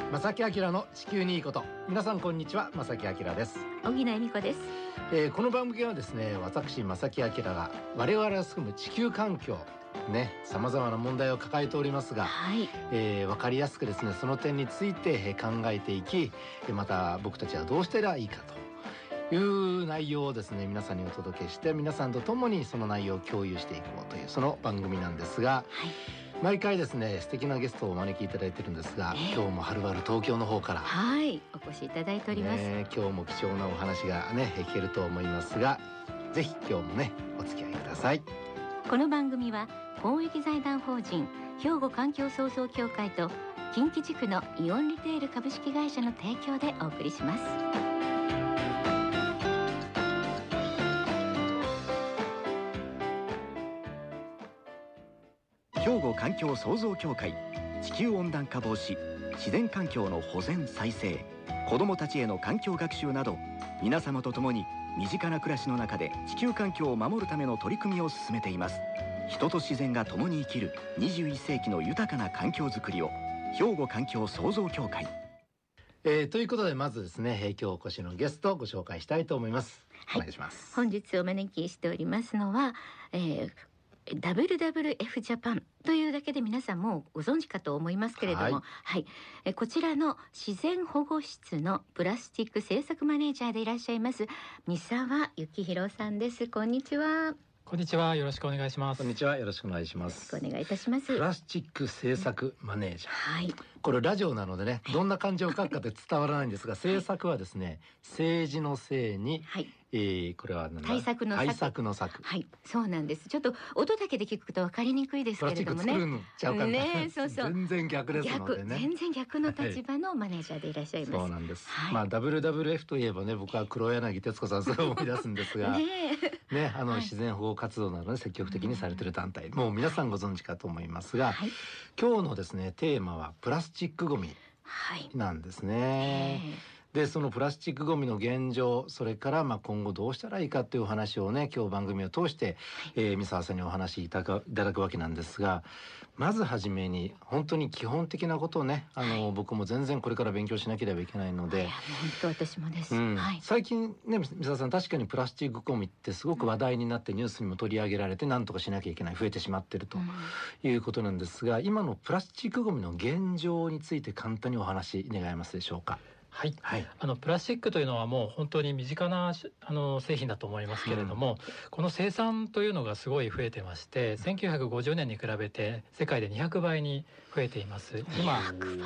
正木明の地球にいいこと。皆さんこんにちは、正木明です。 小木恵美子です。 この番組はですね、私正木明が我々が住む地球環境ね、さまざまな問題を抱えておりますが、分かりやすくですね、その点について考えていき、また僕たちはどうしたらいいかという内容をですね、皆さんにお届けして、皆さんと共にその内容を共有していこうというその番組なんですが、毎回ですね、素敵なゲストをお招きいただいてるんですが、今日もはるばる東京の方からお越しいただいております。 今日も貴重なお話がね聞けると思いますが、ぜひ今日もねお付き合いください。 この番組は公益財団法人兵庫環境創造協会と近畿地区のイオンリテール株式会社の提供でお送りします。 兵庫環境創造協会、地球温暖化防止、自然環境の保全再生、子どもたちへの環境学習など、皆様と共に身近な暮らしの中で地球環境を守るための取り組みを進めています。人と自然が共に生きる21世紀の豊かな環境づくりを、兵庫環境創造協会。 ということで、まずですね、今日お越しのゲストをご紹介したいと思います。お願いします。 本日お招きしておりますのは、WWF ジャパンというだけで皆さんもご存知かと思いますけれども、こちらの自然保護室のプラスチック政策マネージャーでいらっしゃいます三沢幸宏さんです。こんにちは。 こんにちは、よろしくお願いします。 こんにちは、よろしくお願いします。 よろしくお願いいたします。 プラスチック政策マネージャー、これラジオなのでね、どんな漢字を書くかって伝わらないんですが、政策はですね、政治の政に、これは何だ、対策の策。 そうなんです。ちょっと音だけで聞くと分かりにくいですけれどもね、 プラスチック作るのちゃうかね、全然逆ですのでね、 全然逆の立場のマネージャーでいらっしゃいます。 そうなんです。WWF といえばね、僕は黒柳徹子さんすごい思い出すんですが自然保護活動などで積極的にされている団体、もう皆さんご存知かと思いますが、今日のですねテーマはプラスチックごみなんですね。で、そのプラスチックごみの現状、それから今後どうしたらいいかというお話をね、今日番組を通して、三沢さんにお話しいただくわけなんですが、まずはじめに本当に基本的なことをね、僕も全然これから勉強しなければいけないので、 本当私もです、 最近ね、三沢さん、確かにプラスチックごみってすごく話題になってニュースにも取り上げられて、なんとかしなきゃいけない、増えてしまっているということなんですが、今のプラスチックごみの現状について簡単にお話願えますでしょうか。 プラスチックというのはもう本当に身近な製品だと思いますけれども、この生産というのがすごい増えてまして、1950年に比べて世界で200倍に増えています。今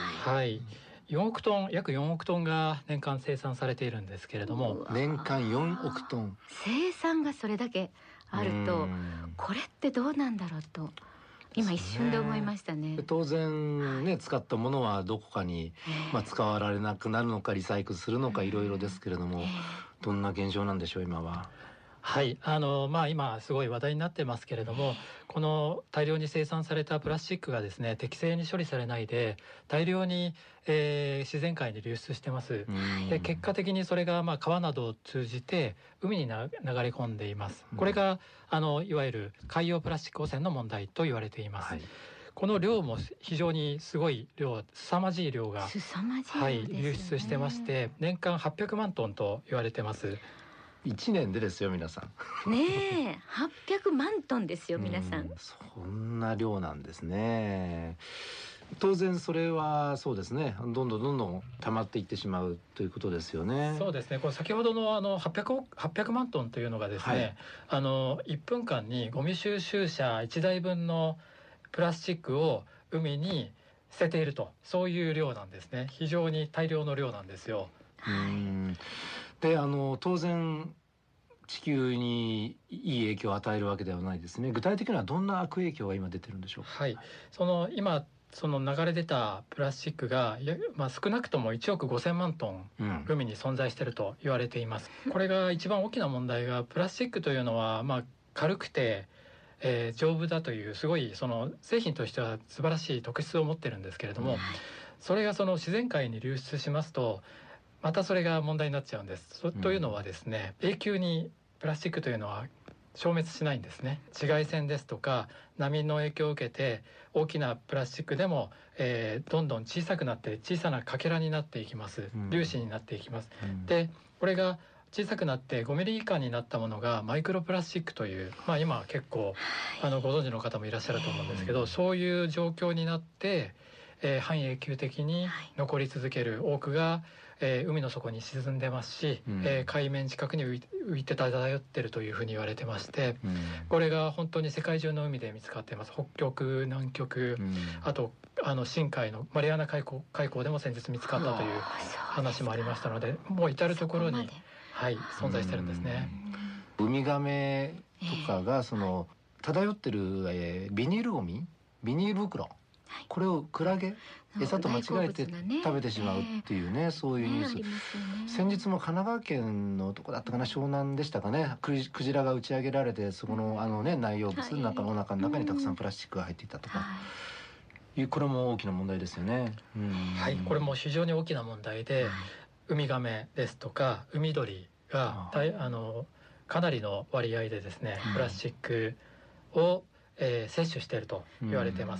4億トン、約4億トンが年間生産されているんですけれども、 年間4億トン生産がそれだけあると、これってどうなんだろうと今一瞬で思いましたね。 当然ね、使ったものはどこかに、使われなくなるのかリサイクルするのか、いろいろですけれども、どんな現象なんでしょう今は。 今すごい話題になってますけれども、この大量に生産されたプラスチックがですね、適正に処理されないで大量に、自然界に流出してます。で、結果的にそれが川などを通じて海に流れ込んでいます。これがいわゆる海洋プラスチック汚染の問題と言われています。この量も非常にすごい量、凄まじい量が流出してまして、年間800万トンと言われてます。 1年でですよ皆さんねえ、800万トンですよ皆さん。 そんな量なんですね。当然それはそうですね、どんどん溜まっていってしまうということですよね。 そうですね。これ先ほどの800万トンというのがですね、1分間にゴミ収集車1台分のプラスチックを海に捨てていると、そういう量なんですね。非常に大量の量なんですよ。 で、当然地球にいい影響を与えるわけではないですね。具体的にはどんな悪影響が今出てるんでしょうか。 今その流れ出たプラスチックが、少なくとも1億5000万トン海に存在していると言われています。これが一番大きな問題が、プラスチックというのは軽くて、丈夫だというすごいその製品としては素晴らしい特質を持ってるんですけれども、それがその自然界に流出しますと、またそれが問題になっちゃうんです。というのはですね、永久にプラスチックというのは消滅しないんですね。紫外線ですとか波の影響を受けて大きなプラスチックでも、どんどん小さくなって小さなかけらになっていきます。粒子になっていきます。でこれが小さくなって5ミリ以下になったものがマイクロプラスチックという、今結構ご存知の方もいらっしゃると思うんですけど、そういう状況になって、半永久的に残り続ける多くが、海の底に沈んでますし、海面近くに浮いて漂ってるというふうに言われてまして、これが本当に世界中の海で見つかっています。北極、南極、あと深海のマリアナ海溝でも先日見つかったという話もありましたので、もう至る所に存在してるんですね。 ウミガメとかがその漂ってる、ビニールゴミ、ビニール袋、これをクラゲ餌と間違えて食べてしまうっていうね、そういうニュース、先日も神奈川県のどこだったかな、湘南でしたかね、クジラが打ち上げられて、そこの内容物の中の中にたくさんプラスチックが入っていたとか、これも大きな問題ですよね。 これも非常に大きな問題で、ウミガメですとか海鳥がかなりの割合でですね、プラスチックを、摂取していると言われています。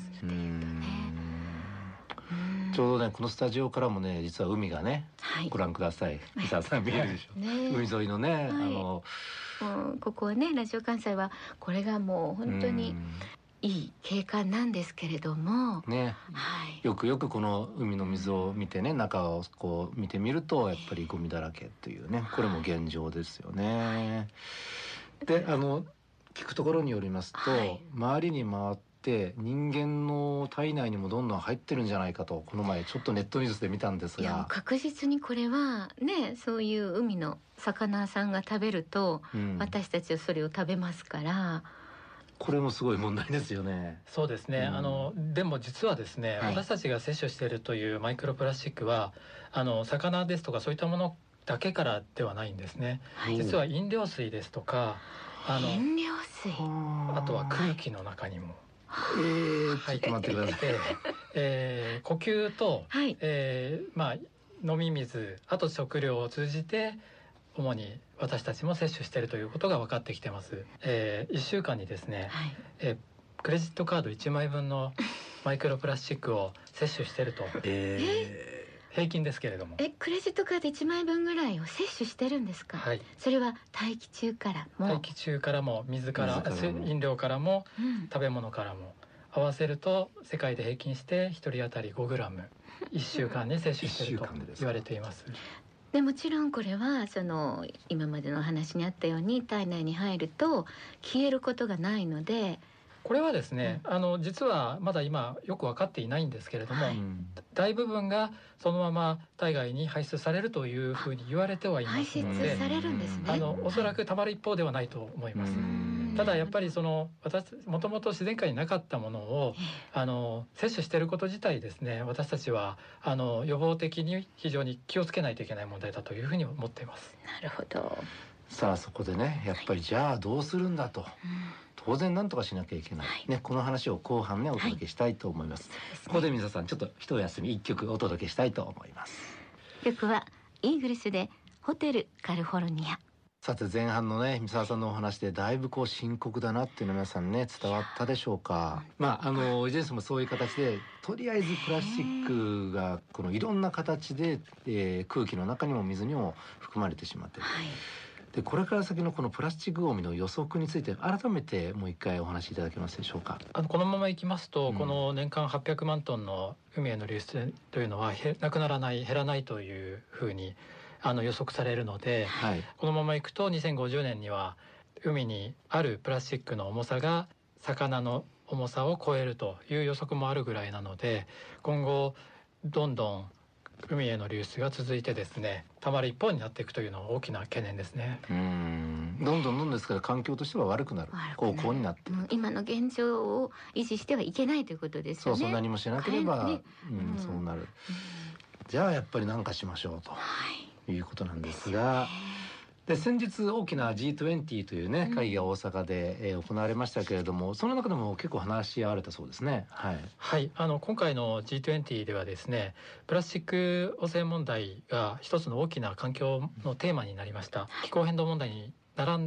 ちょうどねこのスタジオからもね実は海がね、ご覧ください。伊沢さん見えるでしょ、海沿いのね、 ここはねラジオ関西はこれがもう本当にいい景観なんですけれどもね、 よくこの海の水を見てね、中をこう見てみるとやっぱりゴミだらけというね、これも現状ですよね。で聞くところによりますと、周りに回って人間の体内にもどんどん入ってるんじゃないかと、この前ちょっとネットニュースで見たんですが、 確実にこれはね、そういう海の魚さんが食べると、私たちはそれを食べますから、 これもすごい問題ですよね。 そうですね、でも実はですね、私たちが摂取しているというマイクロプラスチックは魚ですとかそういったものだけからではないんですね。実は飲料水ですとか飲料水、 あとは空気の中にもちょっと待ってください。 呼吸と、飲み水、あと食料を通じて主に私たちも摂取しているということが分かってきてます。1週間にですね、クレジットカード1枚分のマイクロプラスチックを摂取していると、平均ですけれども、 クレジットカード1枚分ぐらいを摂取してるんですか？それは大気中からも水から飲料からも、食べ物からも合わせると世界で平均して1人当たり5グラム1週間に摂取していると言われています。 でもちろんこれは今までの話にあったように体内に入ると消えることがないので、 これはですね、実はまだ今よく分かっていないんですけれども、大部分がそのまま体外に排出されるというふうに言われてはいますので、 排出されるんですね。 おそらくたまる一方ではないと思います。ただやっぱりもともと自然界になかったものを摂取していること自体ですね、私たちは予防的に非常に気をつけないといけない問題だというふうに思っています。 なるほど。 さあそこでね、やっぱりじゃあどうするんだと、当然何とかしなきゃいけない、この話を後半ねお届けしたいと思います。ここで皆さんちょっと一休み、1曲お届けしたいと思います。 曲はイーグルスでホテルカリフォルニア。 さて前半のね三沢さんのお話でだいぶ深刻だなっていうの皆さんね伝わったでしょうか。いずれにしてもそういう形でとりあえずプラスチックがこのいろんな形で、空気の中にも水にも含まれてしまっている、でこれから先のこのプラスチックゴミの予測について改めてもう一回お話しいただけますでしょうか。 このままいきますと、この年間800万トンの海への流出というのはなくならない、減らないというふうに予測されるので、このままいくと2050年には海にあるプラスチックの重さが魚の重さを超えるという予測もあるぐらいなので、今後どんどん海への流出が続いてですね、たまる一方になっていくというのは大きな懸念ですね。 どんどんですから環境としては悪くなる方向になっている、 今の現状を維持してはいけないということですよね。 そう何もしなければ、そうなる、じゃあやっぱり何かしましょうということなんですが、で先日大きな G20 というね会議が大阪で、行われましたけれども、その中でも結構話し合われたそうですね。 今回の G20 ではですね、プラスチック汚染問題が一つの大きな環境のテーマになりました。気候変動問題に並んで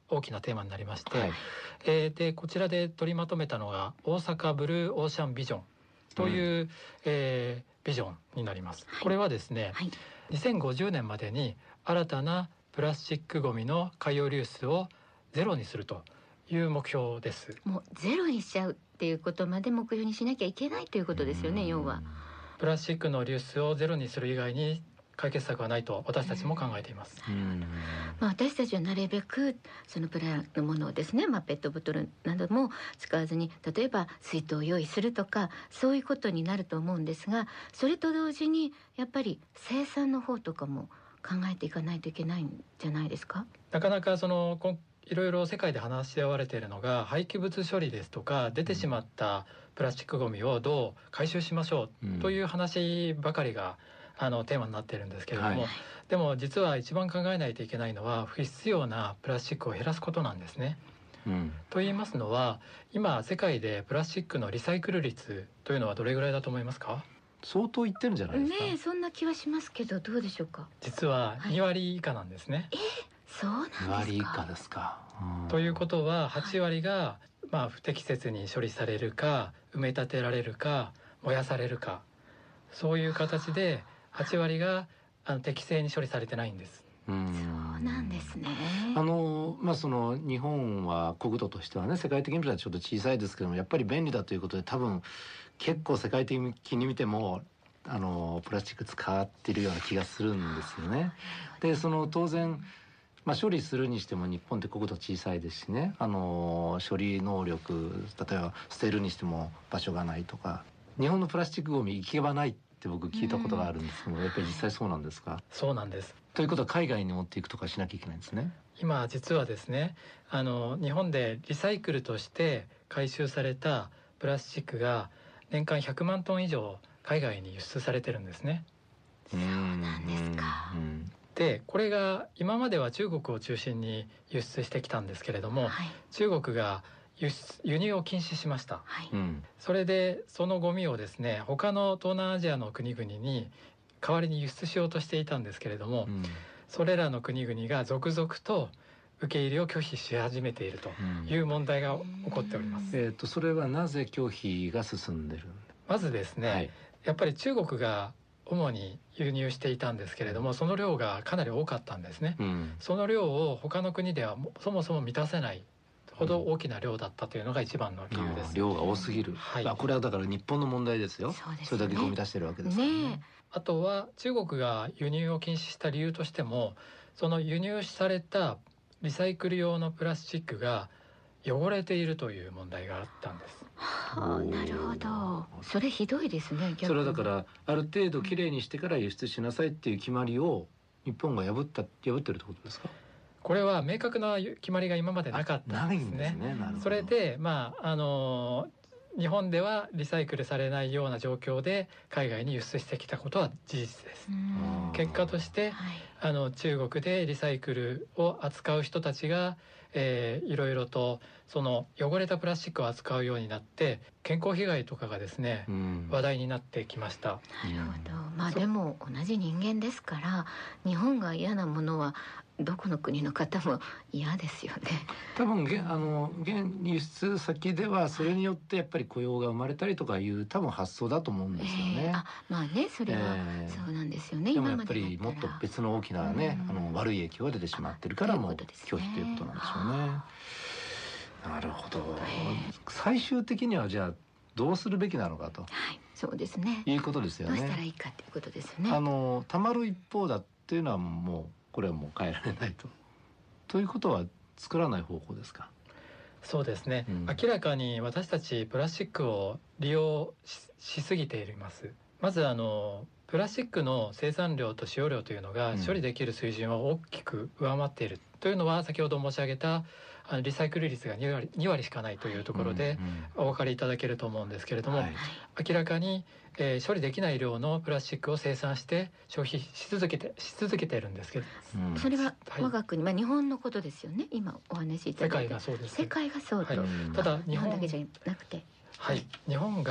大きなテーマになりまして、 はいでこちらで取りまとめたのが大阪ブルーオーシャンビジョンという、ビジョンになります。これはですね、 はい、 2050年までに新たなプラスチックごみの海洋流出をゼロにするという目標です。 もうゼロにしちゃうっていうことまで目標にしなきゃいけないということですよね。要はプラスチックの流出をゼロにする以外に解決策はないと私たちも考えています。 まあ、私たちはなるべくそのプラのものをですね、ペットボトルなども使わずに、例えば水筒を用意するとかそういうことになると思うんですが、それと同時にやっぱり生産の方とかも考えていかないといけないんじゃないですか。 なかなかいろいろ世界で話し合われているのが、廃棄物処理ですとか出てしまったプラスチックごみをどう回収しましょうという話ばかりがテーマになっているんですけれども、 はい、 でも実は一番考えないといけないのは不必要なプラスチックを減らすことなんですね。と言いますのは、今世界でプラスチックのリサイクル率というのはどれぐらいだと思いますか？ 相当いってるんじゃないですか。 ね、そんな気はしますけど、どうでしょうか。 実は2割以下なんですね。 そうなんですか。 2割以下ですか。 ということは8割が、不適切に処理されるか、埋め立てられるか、燃やされるか、そういう形で8割が適正に処理されてないんです。 そうなんですね。 その日本は国土としてはね、世界的に見たらちょっと小さいですけども、やっぱり便利だということで、多分結構世界的に見てもプラスチック使っているような気がするんですよね。で当然、処理するにしても日本って国土小さいですしね、処理能力、例えば捨てるにしても場所がないとか、日本のプラスチックゴミ行き場ないって僕聞いたことがあるんですけど、やっぱり実際そうなんですか？ そうなんです。 ということは海外に持っていくとかしなきゃいけないんですね。 今実はですね、日本でリサイクルとして回収されたプラスチックが年間100万トン以上海外に輸出されてるんですね。 そうなんですか。 でこれが今までは中国を中心に輸出してきたんですけれども、中国が輸入を禁止しました。それでそのゴミをですね、他の東南アジアの国々に代わりに輸出しようとしていたんですけれども、それらの国々が続々と受け入れを拒否し始めているという問題が起こっております。 それはなぜ拒否が進んでる？ まずですね、やっぱり中国が主に輸入していたんですけれども、その量がかなり多かったんですね。その量を他の国ではそもそも満たせないほど大きな量だったというのが一番の理由です。 量が多すぎる。これはだから日本の問題ですよ。それだけゴミ出してるわけですからね。 あとは中国が輸入を禁止した理由としても、その輸入されたリサイクル用のプラスチックが汚れているという問題があったんです。 なるほど。それひどいですね。 それはだからある程度きれいにしてから輸出しなさいっていう決まりを日本が破ってるってことですか？ これは明確な決まりが今までなかったんですね。それで日本ではリサイクルされないような状況で海外に輸出してきたことは事実です。結果として、中国でリサイクルを扱う人たちが、いろいろとその汚れたプラスチックを扱うようになって、健康被害とかがですね、話題になってきました。 なるほど。でも同じ人間ですから、日本が嫌なものはどこの国の方も嫌ですよね。 多分現輸出先ではそれによってやっぱり雇用が生まれたりとかいう多分発想だと思うんですよね。 それはそうなんですよね。 でもやっぱりもっと別の大きなね、悪い影響が出てしまってるからもう拒否ということなんでしょうね。なるほど。最終的にはじゃあどうするべきなのかと、 そうですね、 いうことですよね。 どうしたらいいかということですよね。 たまる一方だっていうのはもうこれはもう変えられないということは作らない方向ですか？ そうですね、明らかに私たちプラスチックを利用 しすぎています。まずプラスチックの生産量と使用量というのが処理できる水準は大きく上回っているというのは、先ほど申し上げたリサイクル率が2割しかないというところでお分かりいただけると思うんですけれども、明らかに、処理できない量のプラスチックを生産して消費し続けているんですけど、 それは我が国、日本のことですよね。今お話しいただいた世界がそうです。 世界がそうと、 ただ日本だけじゃなくて、 日本が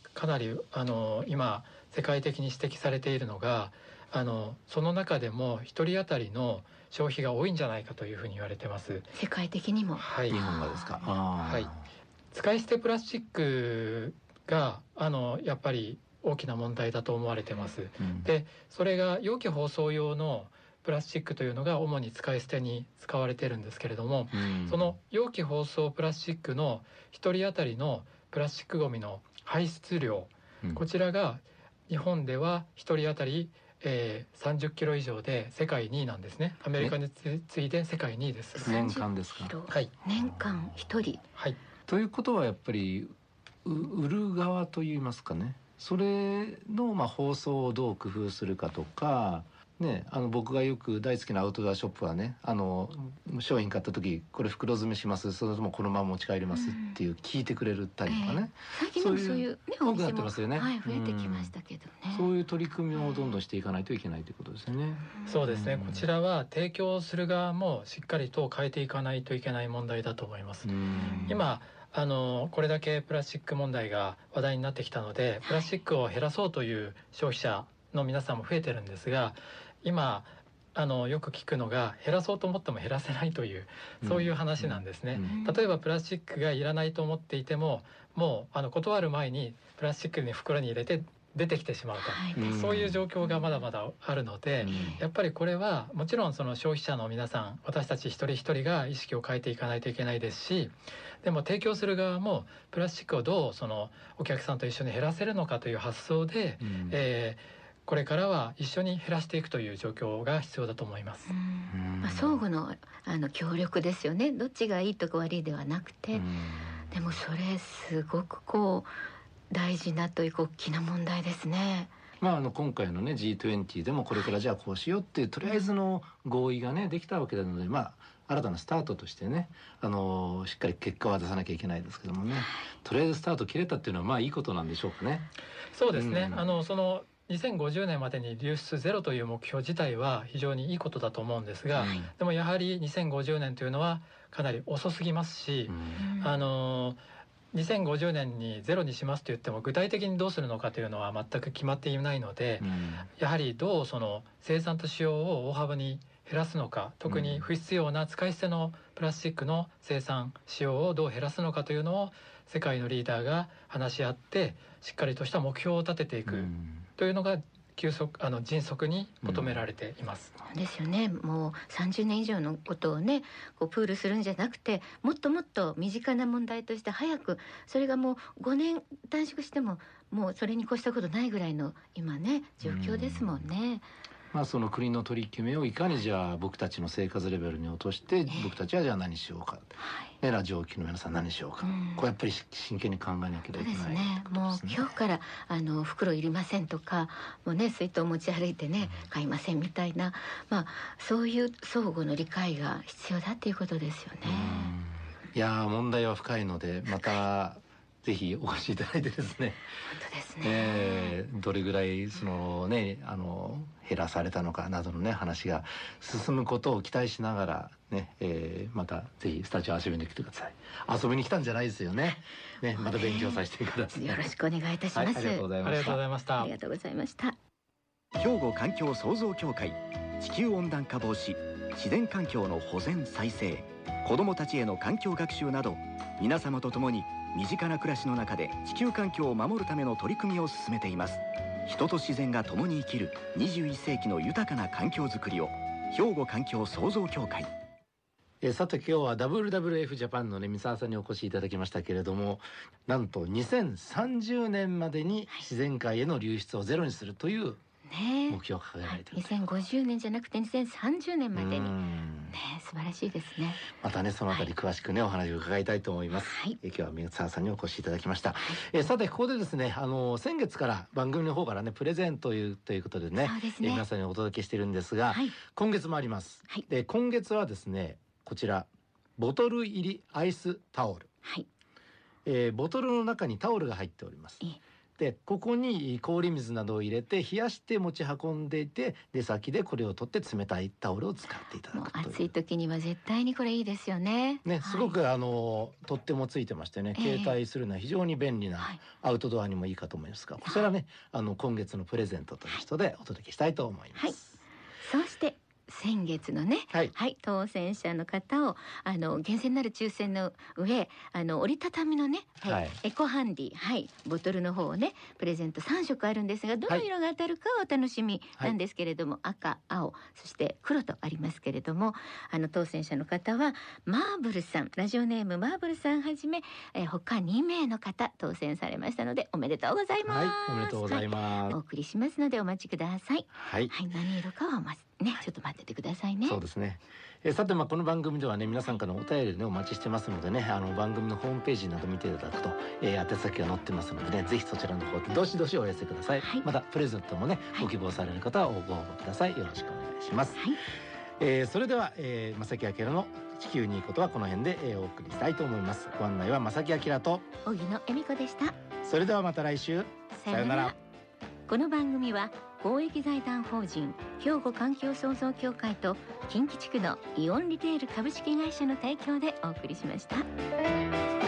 かなり今世界的に指摘されているのがその中でも一人当たりの消費が多いんじゃないかというふうに言われてます。 世界的にも。 はい、 日本がですか。 はい、使い捨てプラスチックがやっぱり大きな問題だと思われてます。でそれが容器包装用のプラスチックというのが主に使い捨てに使われてるんですけれども、その容器包装プラスチックの一人当たりのプラスチックごみの排出量、こちらが日本では一人当たり30キロ以上で世界2位なんですね。アメリカに次いで世界2位です。 年間ですか。 はい、 年間一人。 はい。 ということはやっぱり売る側といいますかね、それの包装をどう工夫するかとかね、僕がよく大好きなアウトドアショップはね、商品買った時これ袋詰めします、それともこのまま持ち帰りますっていう聞いてくれるたりとかね、 最近でもそういうね多くなってますよね。 はい、増えてきましたけどね。 そういう取り組みをどんどんしていかないといけないということですよね。 そうですね、こちらは提供する側もしっかりと変えていかないといけない問題だと思います。今これだけプラスチック問題が話題になってきたので、プラスチックを減らそうという消費者の皆さんも増えてるんですが、今よく聞くのが減らそうと思っても減らせないという、そういう話なんですね。例えばプラスチックがいらないと思っていても、もう断る前にプラスチックに袋に入れて出てきてしまうと、そういう状況がまだまだあるので、やっぱりこれはもちろんその消費者の皆さん、私たち一人一人が意識を変えていかないといけないですし、でも提供する側もプラスチックをどうそのお客さんと一緒に減らせるのかという発想で、これからは一緒に減らしていくという状況が必要だと思います。 相互の協力ですよね。どっちがいいとか悪いではなくて、でもそれすごく大事なという大きな問題ですね。 今回のね G20 でもこれからじゃあこうしようっていうとりあえずの合意がねできたわけなので、新たなスタートとしてね、しっかり結果は出さなきゃいけないですけどもね、とりあえずスタート切れたっていうのはいいことなんでしょうかね。 そうですね、その2050年までに流出ゼロという目標自体は非常にいいことだと思うんですが、でもやはり2050年というのはかなり遅すぎますし、2050年にゼロにしますと言っても具体的にどうするのかというのは全く決まっていないので、やはりどうその生産と使用を大幅に減らすのか、特に不必要な使い捨てのプラスチックの生産使用をどう減らすのかというのを世界のリーダーが話し合ってしっかりとした目標を立てていくというのが迅速に求められています。 ですよね。もう30年以上のことをねプールするんじゃなくて、もっともっと身近な問題として早く、それがもう5年短縮してももうそれに越したことないぐらいの今ね状況ですもんね。 その国の取り決めをいかにじゃあ僕たちの生活レベルに落として、僕たちはじゃあ何しようか、ラジオ機の皆さん何しようか、これやっぱり真剣に考えなきゃいけない。そうですね。もう今日から袋いりませんとか、もうね水筒持ち歩いてね、買いませんみたいな、そういう相互の理解が必要だっていうことですよね。いや問題は深いので、またぜひお越しいただいてですね。 本当ですね。 どれぐらいそのね減らされたのかなどのね話が進むことを期待しながらね、またぜひスタジオ遊びに来てください。遊びに来たんじゃないですよね。また勉強させてください。 よろしくお願いいたします。 ありがとうございました。 ありがとうございました。 ありがとうございました。 兵庫環境創造協会、地球温暖化防止、自然環境の保全再生、子どもたちへの環境学習など、皆様と共に身近な暮らしの中で地球環境を守るための取り組みを進めています。人と自然が共に生きる21世紀の豊かな環境づくりを、兵庫環境創造協会。 さて今日は WWF ジャパンのね三沢さんにお越しいただきましたけれども、なんと2030年までに自然界への流出をゼロにするという目標を掲げられている。 2050年じゃなくて2030年までに素晴らしいですね。 またねそのあたり詳しくね、お話を伺いたいと思います。今日は三沢さんにお越しいただきました。さてここでですね、先月から番組の方からねプレゼントということでね、皆さんにお届けしているんですが、今月もあります。で今月はですねこちらボトル入りアイスタオル、ボトルの中にタオルが入っております。 、ここに氷水などを入れて冷やして持ち運んでいて、出先でこれを取って冷たいタオルを使っていただくという。 暑い時には絶対にこれいいですよね。 ね、すごくとってもついてましてね、携帯するのは非常に便利なアウトドアにもいいかと思いますが、こちらね今月のプレゼントという人でお届けしたいと思います。 そして先月のね、当選者の方を厳選なる抽選の上折りたたみのね、エコハンディ、ボトルの方をねプレゼント3色あるんですが、どの色が当たるかはお楽しみなんですけれども、赤、青、そして黒とありますけれども、当選者の方はマーブルさん、ラジオネームマーブルさんはじめ、他2名の方当選されましたのでおめでとうございます。 おめでとうございます。 お送りしますのでお待ちください。何色かはまずね、ちょっと待っててくださいね。 そうですね。さてこの番組ではね皆さんからのお便りねお待ちしてますのでね、番組のホームページなど見ていただくと、宛先が載ってますのでね、ぜひそちらの方でどしどしお寄せください。またプレゼントもね、ご希望される方はご応募ください。よろしくお願いします。それでは、正木明の地球にいいことはこの辺で、お送りしたいと思います。ご案内は正木明と荻野恵美子でした。 それではまた来週。さようなら。 この番組は公益財団法人兵庫環境創造協会と近畿地区のイオンリテール株式会社の提供でお送りしました。